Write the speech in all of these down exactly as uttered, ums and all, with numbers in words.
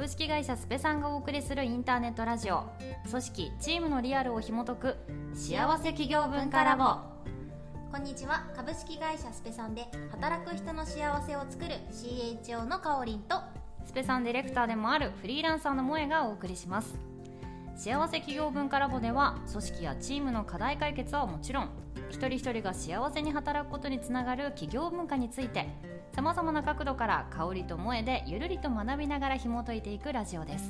株式会社スペさんがお送りするインターネットラジオ、組織チームのリアルを紐解く幸せ企業文化ラボ。 こんにちは。株式会社スペさんで働く人の幸せを作る シーエイチオー のかおりんと、 スペさんディレクターでもあるフリーランサーの萌がお送りします。幸せ企業文化ラボでは、組織やチームの課題解決はもちろん、一人一人が幸せに働くことにつながる企業文化について、さまざまな角度から香りと萌でゆるりと学びながら紐解いていくラジオです。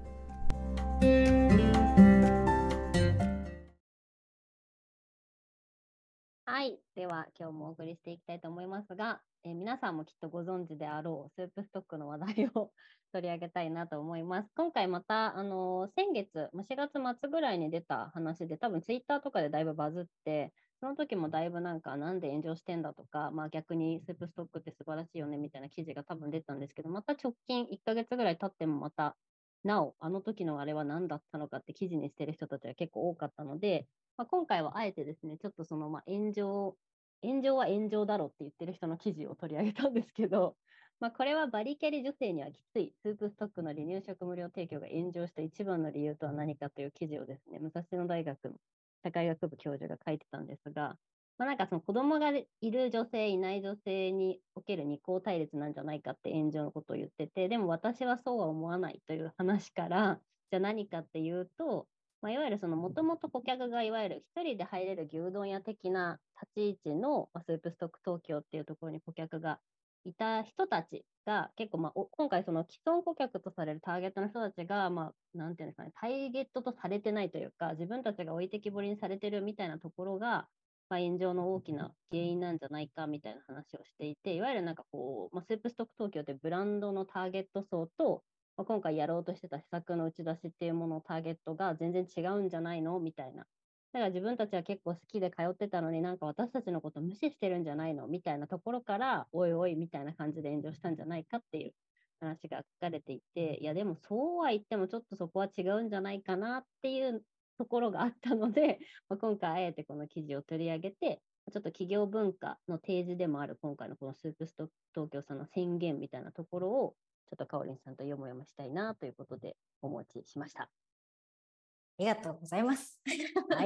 はい、では今日もお送りしていきたいと思いますが、えー、皆さんもきっとご存知であろうスープストックの話題を取り上げたいなと思います。今回また、あのー、先月しがつ末ぐらいに出た話で、多分ツイッターとかでだいぶバズって、その時もだいぶなんかなんで炎上してんだとか、まあ、逆にスープストックって素晴らしいよねみたいな記事が多分出たんですけど、また直近いっかげつぐらい経ってもまたなおあの時のあれは何だったのかって記事にしてる人たちが結構多かったので、まあ、今回はあえてですね、ちょっとそのまあ炎上炎上は炎上だろって言ってる人の記事を取り上げたんですけど、まあ、これはバリキャリ女性にはきついスープストックの離乳食無料提供が炎上した一番の理由とは何かという記事をですね、武蔵野大学の社会学部教授が書いてたんですが、まあ、なんかその子供がいる女性いない女性における二項対立なんじゃないかって炎上のことを言ってて、でも私はそうは思わないという話から、じゃあ何かっていうと、まあ、いわゆるそのもともと顧客がいわゆる一人で入れる牛丼屋的な立ち位置の、まあ、スープストック東京っていうところに顧客がいた人たちが結構、まあ、今回その既存顧客とされるターゲットの人たちが、まあ、なんていうんですかね、ターゲットとされてないというか、自分たちが置いてきぼりにされてるみたいなところが、まあ、炎上の大きな原因なんじゃないかみたいな話をしていて、いわゆるなんかこう、まあ、スープストック東京ってブランドのターゲット層と、まあ、今回やろうとしてた施策の打ち出しっていうもののターゲットが全然違うんじゃないのみたいな。だから自分たちは結構好きで通ってたのに、なんか私たちのこと無視してるんじゃないのみたいなところから、おいおいみたいな感じで炎上したんじゃないかっていう話が書かれていて、いやでもそうは言ってもちょっとそこは違うんじゃないかなっていうところがあったので、まあ、今回あえてこの記事を取り上げて、ちょっと企業文化の提示でもある今回のこのスープストック東京さんの宣言みたいなところを、ちょっとかおりんさんとよもよもしたいなということでお持ちしました。 ありがとうございます。 はい。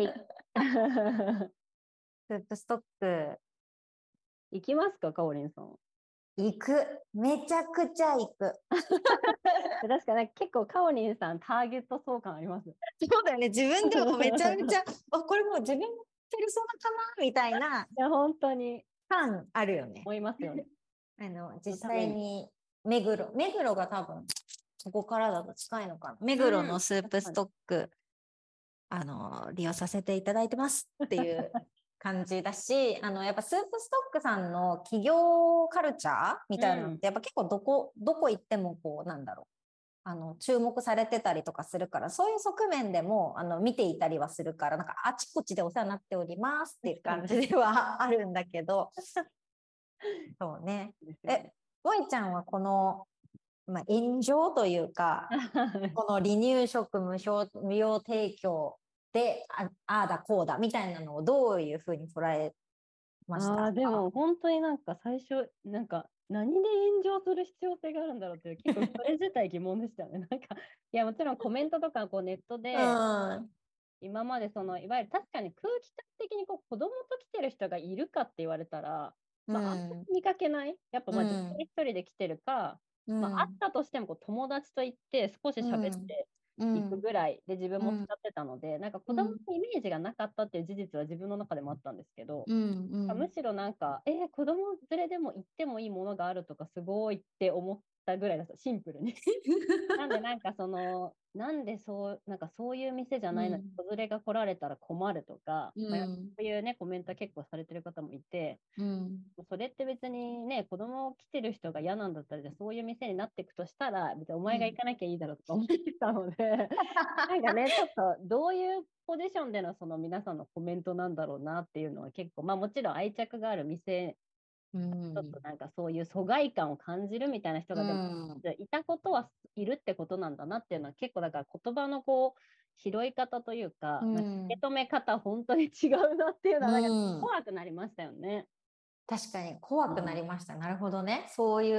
スープストック行きますか、かおりんさん。 行く。めちゃくちゃ行く。 確かね、結構かおりんさんターゲット層感あります。 そうだよね。自分でもめちゃめちゃあ、これもう自分のペルソナかなみたいな。 いや本当に感あるよね。 思いますよね。 あの実際に目黒目黒が多分ここからだと近いのかな。目黒のスープストック、うん、あの利用させていただいてますっていう感じだし、あのやっぱスープストックさんの企業カルチャーみたいなのって、やっぱ結構どこどこ行ってもこうなんだろう、あの注目されてたりとかするから、そういう側面でもあの見ていたりはするから、なんかあちこちでお世話になっておりますっていう感じではあるんだけどそうね。え、もいちゃんはこの、まあ、炎上というかこの離乳食無償無料提供で あ, ああだこうだみたいなのをどういうふうに捉えましたか？ あでも本当になんか最初なんか何で炎上する必要性があるんだろうっていう結構それ自体疑問でしたね。なんかいやもちろんコメントとかこうネットで、うん今までそのいわゆる確かに空気感的にこう子供と来てる人がいるかって言われたら、まあ、あんまり見かけない。やっぱまあ女性一人で来てるか、うんまあ、あったとしてもこう友達と行って少し喋っていくぐらいで自分も使ってたので、うん、なんか子供のイメージがなかったっていう事実は自分の中でもあったんですけど、うんうん、むしろなんか、えー、子供連れでも行ってもいいものがあるとかすごいって思ったぐらいだった、シンプルに。なんでなんかそのなんでそうなんかそういう店じゃないのに子連れが来られたら困るとか、うんまあ、そういうねコメント結構されてる方もいて、うん、それって別にね子供来てる人が嫌なんだったらじゃそういう店になっていくとしたら別にお前が行かなきゃいいだろうとか思ってたので、うん、なんかねちょっとどういうポジションでのその皆さんのコメントなんだろうなっていうのは結構まあもちろん愛着がある店ちょっとなんかそういう疎外感を感じるみたいな人がでも、うん、いたことはいるってことなんだなっていうのは結構だから言葉のこう拾い方というか、うん、なんか受け止め方本当に違うなっていうのはなんか怖くなりましたよね、 うん、確かに怖くなりました、うん、なるほどね。そういう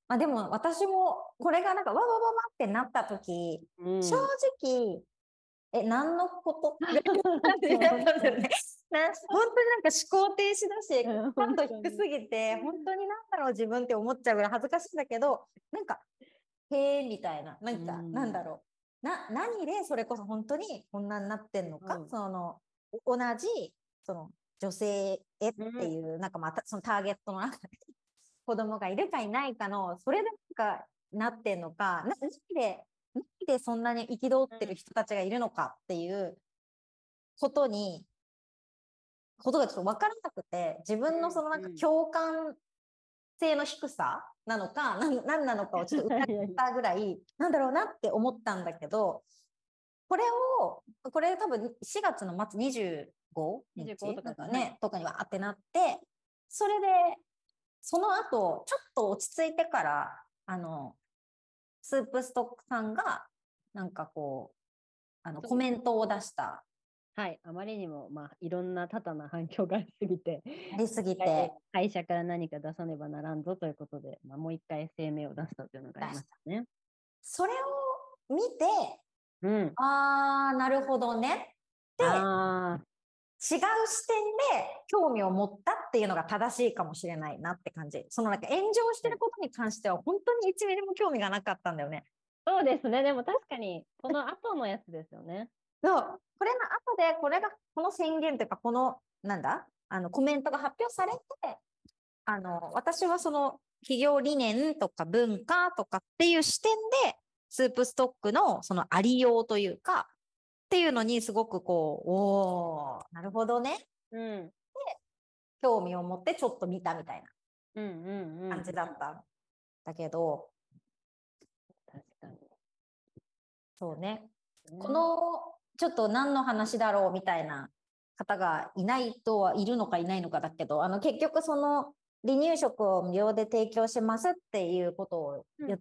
まあでも私もこれがなんかわわわわってなった時、 うん、 正直、え、何のことみたいな感じだったんだよね。な本当になんか思考停止だし、 うん感度低すぎて、本当になんだろう自分って思っちゃうぐらい恥ずかしいんだけど、なんか、へえみたいな、なんか、 うんなんだろう。な、何でそれこそ本当にこんなになってんのか、 うんその、同じ、その、女性へっていう、なんかまた、そのターゲットの中で子供がいるかいないかの、それでなんかなってんのか、な何で、何でそんなに憤ってる人たちがいるのかっていうことに、ことがちょっと分からなくて、自分のそのなんか共感性の低さなのか、何何なのかをちょっと疑ったぐらい、なんだろうなって思ったんだけど、これを、これ多分しがつの末にじゅうごにちにじゅうごとかなんかね、とかにわーってなって、それで、その後、ちょっと落ち着いてから、あの、スープストックさんが、なんかこう、あの、コメントを出した。 はい、あまりにも、まあ、いろんな多々な反響がありすぎて、 ありすぎて、 会社から何か出さねばならんぞということで、まあ、もう一回声明を出したというのがありましたね。 それを見て、 うん、 あー、なるほどね。で、 あ違う視点で興味を持ったっていうのが正しいかもしれないなって感じ。そのなんか炎上してることに関しては本当にいちミリも興味がなかったんだよね。 そうですね。でも確かに、この後のやつですよね。 そう。これの後で、これが、この宣言というか、この、なんだ、あの、コメントが発表されて、あの、私はその、企業理念とか文化とかっていう視点で、スープストックのそのありようというか、っていうのにすごくこう、おー、なるほどね。 うん。 興味を持ってちょっと見たみたいうんうんうん。 な感じだったんだけど、 確かに。 そうね。 うんこの、ちょっと何の話だろうみたいな方がいないとはいるのかいないのかだけど、あの、結局その、離乳食を無料で提供しますっていうことを言って、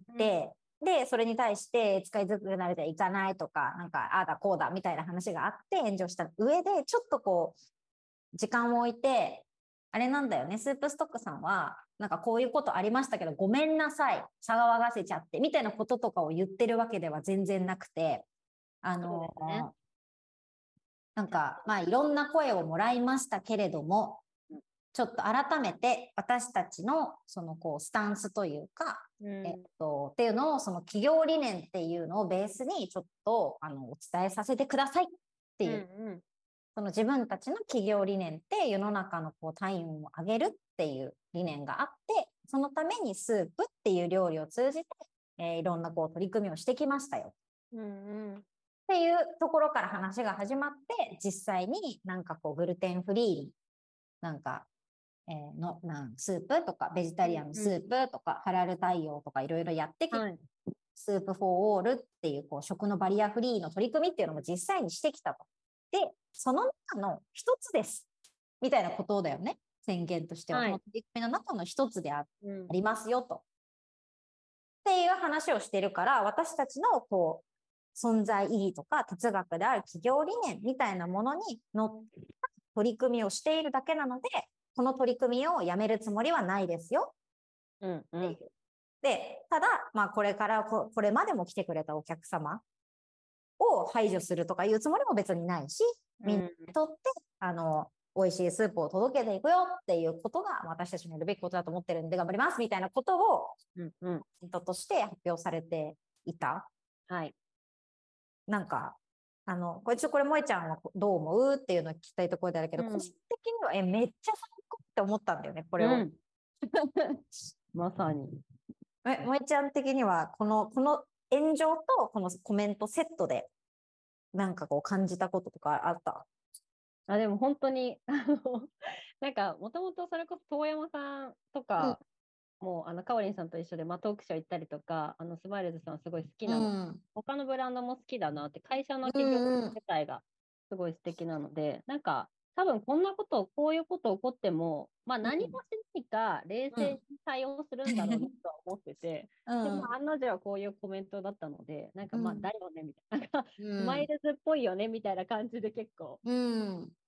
うんうん、で、それに対して使いづくなれていかないとか、なんか、ああだこうだみたいな話があって炎上した上で、ちょっとこう、時間を置いて、あれなんだよね、スープストックさんは、なんかこういうことありましたけど、ごめんなさい、騒がせちゃって、みたいなこととかを言ってるわけでは全然なくて、あの、ね、なんか、まあ、いろんな声をもらいましたけれども、ちょっと改めて私たちのそのこうスタンスというか、うん、えっと、っていうのをその企業理念っていうのをベースにちょっとあのお伝えさせてくださいっていう、うんうん、その自分たちの企業理念って世の中のこう体温を上げるっていう理念があって、そのためにスープっていう料理を通じて、えー、いろんなこう取り組みをしてきましたよ。うんうんっていうところから話が始まって、実際になんかこうグルテンフリーなんか、えー、のなんスープとかベジタリアンのスープとか、うん、ハラル対応とかいろいろやってきて、はい、スープフォーオールっていうこう食のバリアフリーの取り組みっていうのも実際にしてきたと。で、その中の一つですみたいなことだよね、宣言としては。はい、この取り組みの中の一つで あ,、うん、ありますよと。っていう話をしてるから、私たちのこう存在意義とか哲学である企業理念みたいなものにのった取り組みをしているだけなので、この取り組みをやめるつもりはないですよ。うんうん、で、ただ、まあ、これからこ、これまでも来てくれたお客様を排除するとかいうつもりも別にないし、みんなにとって、あの、美味しいスープを届けていくよっていうことが私たちのやるべきことだと思ってるんで頑張りますみたいなことを、うんうん、人として発表されていた。はい。なんか、あの、これちょっとこれ萌ちゃんはどう思うっていうのを聞きたいところであるけど、うん、個人的にはえめっちゃ最高って思ったんだよね、これを。うん、 まさに。 え、萌ちゃん的にはこの、この炎上とこのコメントセットでなんかこう感じたこととかあった？ あ、でも本当に、あの、なんかもともとそれこそ遠山さんとか、うんもうあのかおりんさんと一緒で、まあ、トークショー行ったりとか、あのスマイルズさんすごい好きなの、うん、他のブランドも好きだなって、会社の企業自体がすごい素敵なので、うんうん、なんか多分こんなこと、こういうこと起こっても、まあ、何もしないか冷静に対応するんだろうなとは思ってて、うん、でも案の定はこういうコメントだったので、なんかまあだよねみたいな、うん、スマイルズっぽいよねみたいな感じで結構、うん、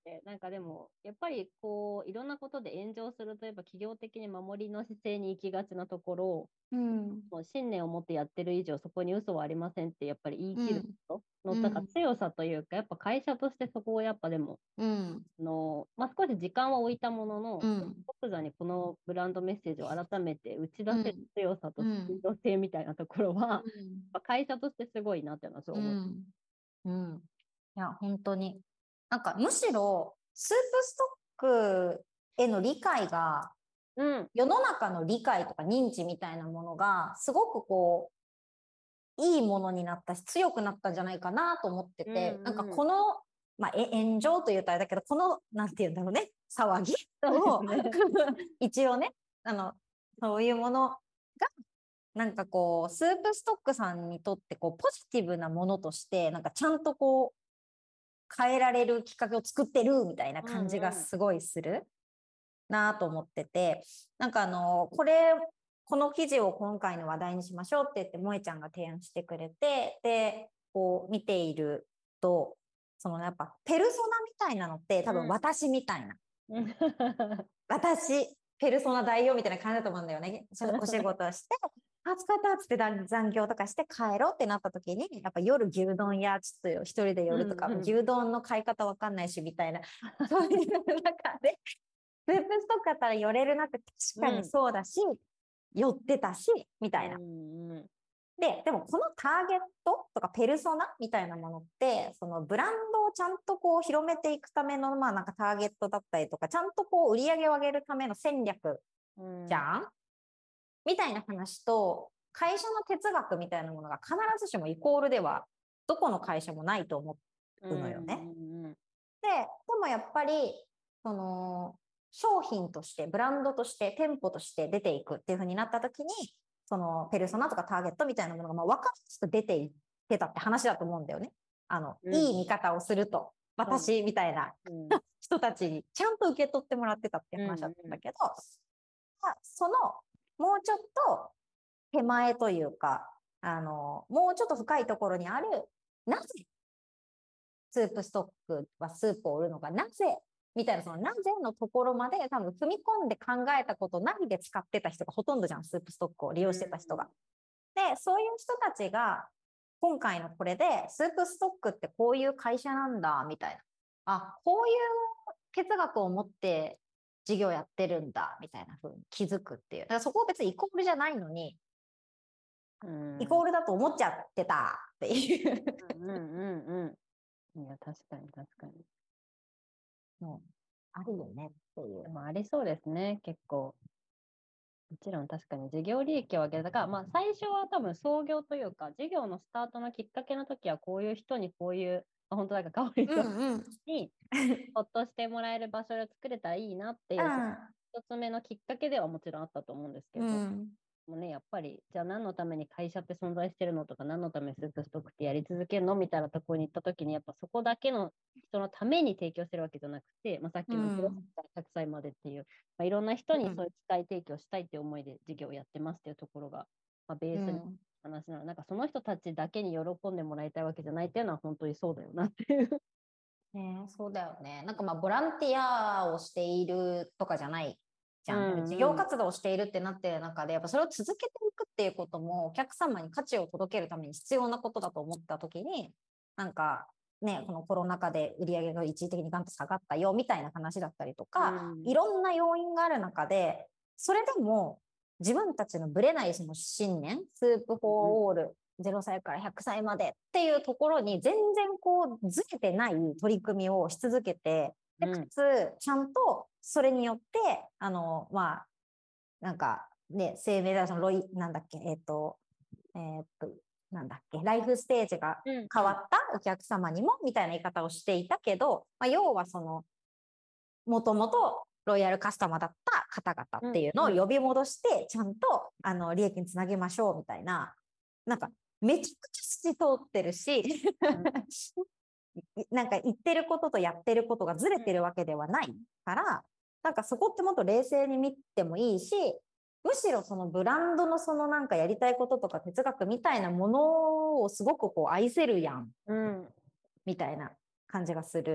て、なんかでも、やっぱりこう、いろんなことで炎上すると、やっぱ企業的に守りの姿勢に行きがちなところ、 うん。 もう信念を持ってやってる以上、そこに嘘はありませんってやっぱり言い切るうん。 ことの、なんかうん。 強さというか、やっぱ会社としてそこをやっぱでも、 うん。 あのまあ、少し時間は置いたものの、 うん。 即座にこのブランドメッセージを改めて打ち出せるうん。 強さとうスピーん。 ド性みたいなところは、やっうんぱ会社としてすごいなっていうのはすごい思います。 うん。うん。いや、本当に。なんか、むしろ、スープストックへの理解が、 うん。 世の中の理解とか認知みたいなものが、すごくこう、いいものになったし、強くなったんじゃないかなと思ってうて、なんかんうん。 この、まあ、え炎上というとあれだけど、この、なんて言うんだろうね、騒ぎを、 そうですね。 一応ね、あの、そういうものが、なんかこう、スープストックさんにとってこう、ポジティブなものとして、なんかちゃんとこう、変えられるきっかけを作ってるみたいな感じがすごいするなと思ってて、なんかあの、これ、この記事を今回の話題にしましょうって言って、萌ちゃんが提案してくれて、で、こう見ていると、そのやっぱ、ペルソナみたいなのって、多分私みたいな。 うん、 私、ペルソナ代表みたいな感じだと思うんだよね。お仕事をして、あ、疲れたっつって残業とかして帰ろうってなった時に、やっぱ夜牛丼屋ちょっと一人で夜とか、 うんうん、 牛丼の買い方わかんないしみたいな、そういう中で、スープストックだったら寄れるなって確かにそうだし、うん、寄ってたし、みたいな。 うんうん、 で、でもこのターゲットとかペルソナみたいなものって、そのブランドをちゃんとこう広めていくための、まあなんかターゲットだったりとか、ちゃんとこう売り上げを上げるための戦略じゃん、うん、みたいな話と、会社の哲学みたいなものが必ずしもイコールでは、どこの会社もないと思うのよね。うんうんうん、で、でもやっぱり、その、商品として、ブランドとして、店舗として出ていくっていう風になった時に、そのペルソナとかターゲットみたいなものがまあ分かりやすく出ていってたって話だと思うんだよね。あの、うん、いい見方をすると、私みたいな、うん、人たちにちゃんと受け取ってもらってたって話だったんだけど、うんうん、その、もうちょっと手前というか、あの、もうちょっと深いところにある、なぜスープストックはスープを売るのか、なぜみたいな、そのなぜのところまで多分踏み込んで考えたことないで使ってた人がほとんどじゃん、スープストックを利用してた人が。で、そういう人たちが今回のこれでスープストックってこういう会社なんだみたいな。あ、こういう哲学を持って事業やってるんだみたいな風に気づくっていう。だからそこは別にイコールじゃないのに、うん、イコールだと思っちゃってたっていう。 うんうんうん。いや、確かに確かに。 もうあるよねっていう。 でもありそうですね、結構。もちろん確かに事業利益を上げる。だから、まあ、最初は多分創業というか、事業のスタートのきっかけの時は、こういう人にこういう、まあ、本当なんか、かおりさんに、ほっとしてもらえる場所を作れたらいいなっていう、一つ目のきっかけではもちろんあったと思うんですけど、うん、もうね、やっぱり、じゃあ何のために会社って存在してるのとか、何のためにスープストックってやり続けるのみたいなところに行った時に、やっぱそこだけの人のために提供してるわけじゃなくて、まあ、さっきのひゃくさいまでっていう、まあ、いろんな人にそういう機会提供したいっていう思いで事業をやってますっていうところが、まあ、ベースに話なの、うん、なんかその人たちだけに喜んでもらいたいわけじゃないっていうのは本当にそうだよなっていう。 ね、そうだよね。なんかまあボランティアをしているとかじゃないじゃん。うんうん、事業活動をしているってなってる中で、やっぱそれを続けていくっていうこともお客様に価値を届けるために必要なことだと思ったときに、なんかね、このコロナ禍で売り上げが一時的にガンと下がったよみたいな話だったりとか、うん、いろんな要因がある中で、それでも自分たちのぶれないその信念、スープフォーオール、うん、ゼロさいからひゃくさいまでっていうところに全然こうずれてない取り組みをし続けて、でかつちゃんとそれによってあのまあなんかね生命だそのロイなんだっけえっ、ー、とえっ、ー、となんだっけライフステージが変わったお客様にもみたいな言い方をしていたけど、まあ、要はそのもともとロイヤルカスタマーだった方々っていうのを呼び戻してちゃんとあの利益につなげましょうみたいな、なんかめちゃくちゃ筋通ってるし、うん、なんか言ってることとやってることがずれてるわけではないから、なんかそこってもっと冷静に見てもいいし、むしろそのブランドのそのなんかやりたいこととか哲学みたいなものをすごくこう愛せるやん、うん、みたいな感じがする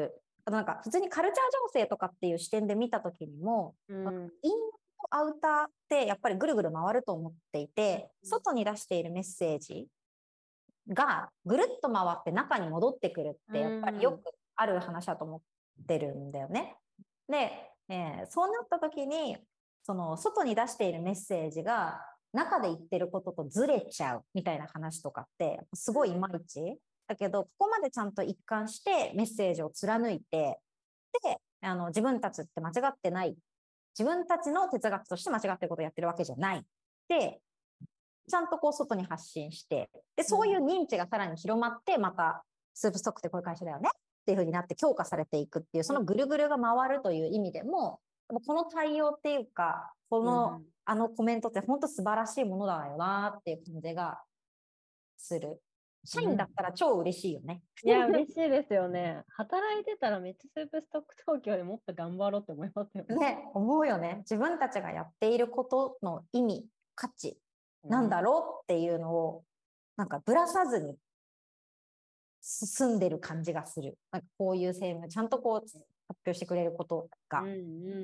あとなんか普通にカルチャー情勢とかっていう視点で見た時にも、 うん、 インナーとアウターってやっぱりぐるぐる回ると思っていて、外に出しているメッセージがぐるっと回って中に戻ってくるってやっぱりよくある話だと思ってるんだよね。で、えー、そうなった時にその外に出しているメッセージが中で言ってることとずれちゃうみたいな話とかってすごいいまいちだけど、ここまでちゃんと一貫してメッセージを貫いて、であの自分たちって間違ってない、自分たちの哲学として間違ってることをやってるわけじゃないで、ちゃんとこう外に発信して、でそういう認知がさらに広まって、またスープストックってこういう会社だよねっていう風になって強化されていくっていう、そのぐるぐるが回るという意味でも、この対応っていうか、この、うん、あのコメントって本当素晴らしいものだよなっていう感じがする。社員だったら超嬉しいよね。 うん、いや、嬉しいですよね。働いてたらめっちゃスープストック東京でもっと頑張ろうって思いますよね。 ね、思うよね。自分たちがやっていることの意味、価値、なんだろうっていうのを、なんかぶらさずに進んでる感じがする。なんかこういう声明、ちゃんとこう発表してくれることが、うんうん、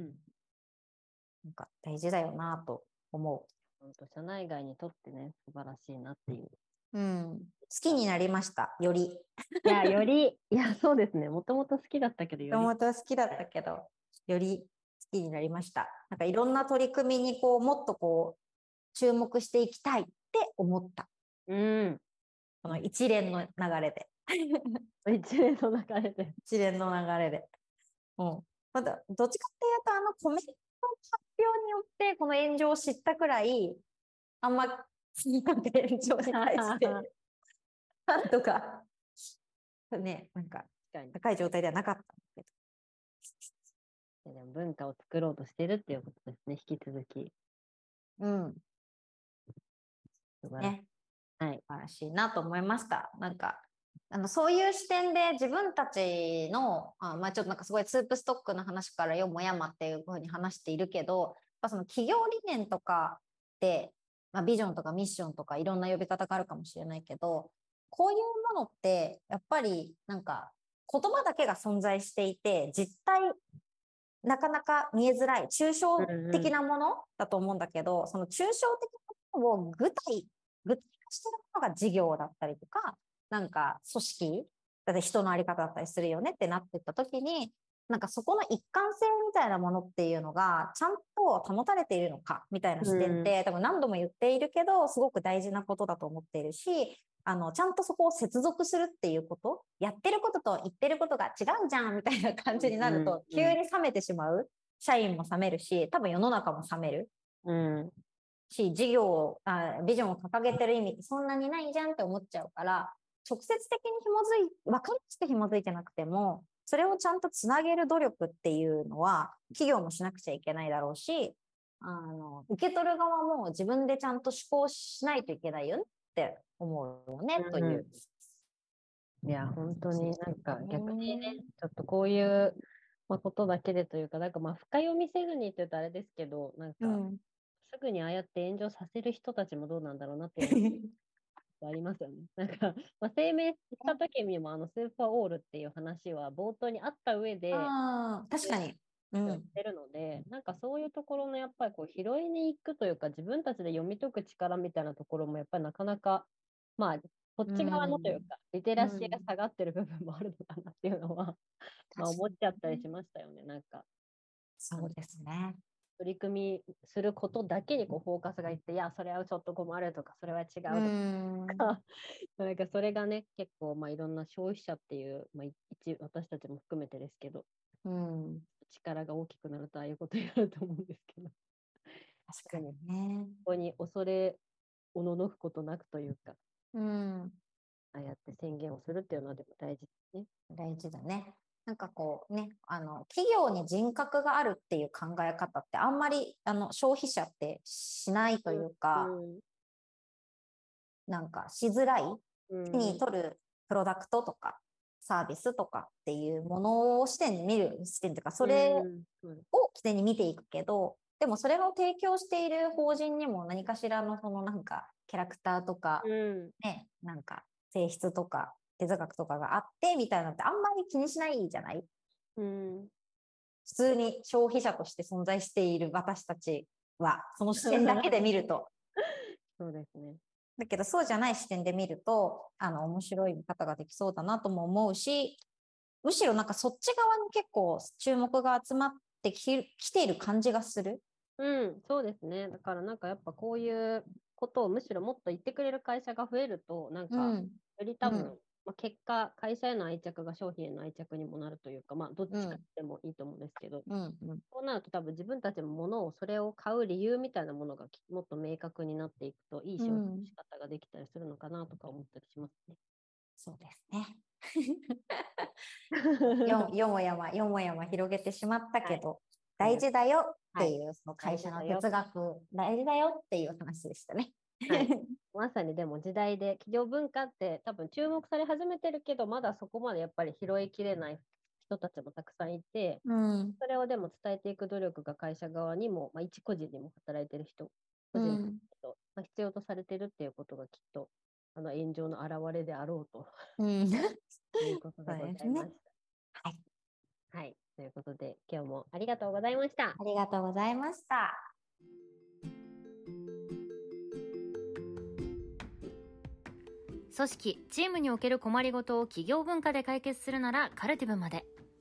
なんか大事だよなと思う。 本当社内外にとってね、素晴らしいなっていう。 うん、好きになりました、より。いや、より、いや、そうですね。もともと好きだったけど、より。 もともと好きだったけど、より好きになりました。なんかいろんな取り組みにこう、もっとこう、注目していきたいって思った。 うん。 この一連の流れで。 一連の流れで。 一連の流れで。うん。まだ、どっちかっていうと、あのコメントの発表によって、この炎上を知ったくらい、あんま、なんか炎上に対して、なんとか、ね、なんか、高い状態ではなかったんだけど。 でも文化を作ろうとしてるっていうことですね、引き続き。 うん。 素晴らしい。ね、 はい。素晴らしいなと思いました。なんか、あのそういう視点で自分たちの、あまあ、ちょっとなんかすごいスープストックの話からよもやまっていうふうに話しているけど、やっぱその企業理念とかで、まあ、ビジョンとかミッションとかいろんな呼び方があるかもしれないけど、こういうものってやっぱりなんか言葉だけが存在していて、実態なかなか見えづらい抽象的なものだと思うんだけど、うんうん、その抽象的なものを具体具体化しているものが事業だったりとか、なんか組織だって人の在り方だったりするよねってなっていった時に、なんかそこの一貫性みたいなものっていうのがちゃんと保たれているのかみたいな視点って、うん、多分何度も言っているけどすごく大事なことだと思っているし、あのちゃんとそこを接続するっていうこと、やってることと言ってることが違うじゃんみたいな感じになると、急に冷めてしまう、社員も冷めるし、多分世の中も冷める、うん、し、事業をあビジョンを掲げてる意味ってそんなにないじゃんって思っちゃうから、直接的に紐づい分かりやすく紐づいてなくても、それをちゃんとつなげる努力っていうのは企業もしなくちゃいけないだろうし、あの受け取る側も自分でちゃんと思考しないといけないよって思うよね、うん、という。 いや本当になんか逆にね、ちょっとこういうことだけでというか、なんかまあ深読みせずにって言うとあれですけど、なんか、うん、すぐにああやって炎上させる人たちもどうなんだろうなっていうありますよね。なんか、まあ、声明した時にもあのスーパーオールっていう話は冒頭にあった上で、 あ確かに。 やってるので、うん、なんかそういうところのやっぱりこう拾いに行くというか、自分たちで読み解く力みたいなところもやっぱりなかなか、まあ、こっち側のというか、うん、リテラシーが下がってる部分もあるのかなっていうのは、うん、まあ思っちゃったりしましたよね、なんか。 そうですね。 取り組みすることだけにこうフォーカスがいって、いや、それはちょっと困るとか、それは違うとか、うんなんかそれがね、結構まあいろんな消費者っていう、まあ、一私たちも含めてですけど、うん、力が大きくなるとああいうことになると思うんですけど。 確かにね。 ここに恐れおののくことなくというか、 うん、 ああやって宣言をするっていうのはでも大事ですね。 大事だね。なんかこうね、あの企業に人格があるっていう考え方ってあんまりあの消費者ってしないというか、うん、なんかしづらい、手に取るプロダクトとかサービスとかっていうものを視点に見る視点というか、それを起点に見ていくけど、でもそれを提供している法人にも何かしらのそのなんかキャラクターとか、うん、ね、なんか性質とか哲学とかがあってみたいなのってあんまり気にしないじゃない？ うん、 普通に消費者として存在している私たちは、その視点だけで見ると。 そうですね。 だけど、そうじゃない視点で見ると、あの、面白い見方ができそうだなとも思うし、むしろなんかそっち側に結構注目が集まってき、きている感じがする。 うん、そうですね。だからなんかやっぱこういうことをむしろもっと言ってくれる会社が増えると、なんか、 うん。 より多分、 うんまあ、結果、会社への愛着が商品への愛着にもなるというか、まあ、どっちかうんでもいいと思うんですけど、 うんうん。 そうなると多分自分たちのものを、それを買う理由みたいなものがきもっと明確になっていくと、いい消費の仕方ができたりするのかなとか思ったりしますね。 そうですね。よよもやま、よもやま広げてしまったけど、 はい大事だよっていう、 はいその会社の大事だよ哲学、大事だよっていう話でしたね。 はい。まさにでも時代で企業文化って多分注目され始めてるけど、まだそこまでやっぱり拾いきれない人たちもたくさんいて、 うん、 それをでも伝えていく努力が会社側にも、まあ、一個人にも働いてる人、個人うん、 と、まあ、必要とされてるっていうことがきっとあの炎上の表れであろうとうん。 いうことでございました。 はい。 はい。ということで、今日もありがとうございました。 ありがとうございました。 組織・チームにおける困りごとを企業文化で解決するならカルティブまで。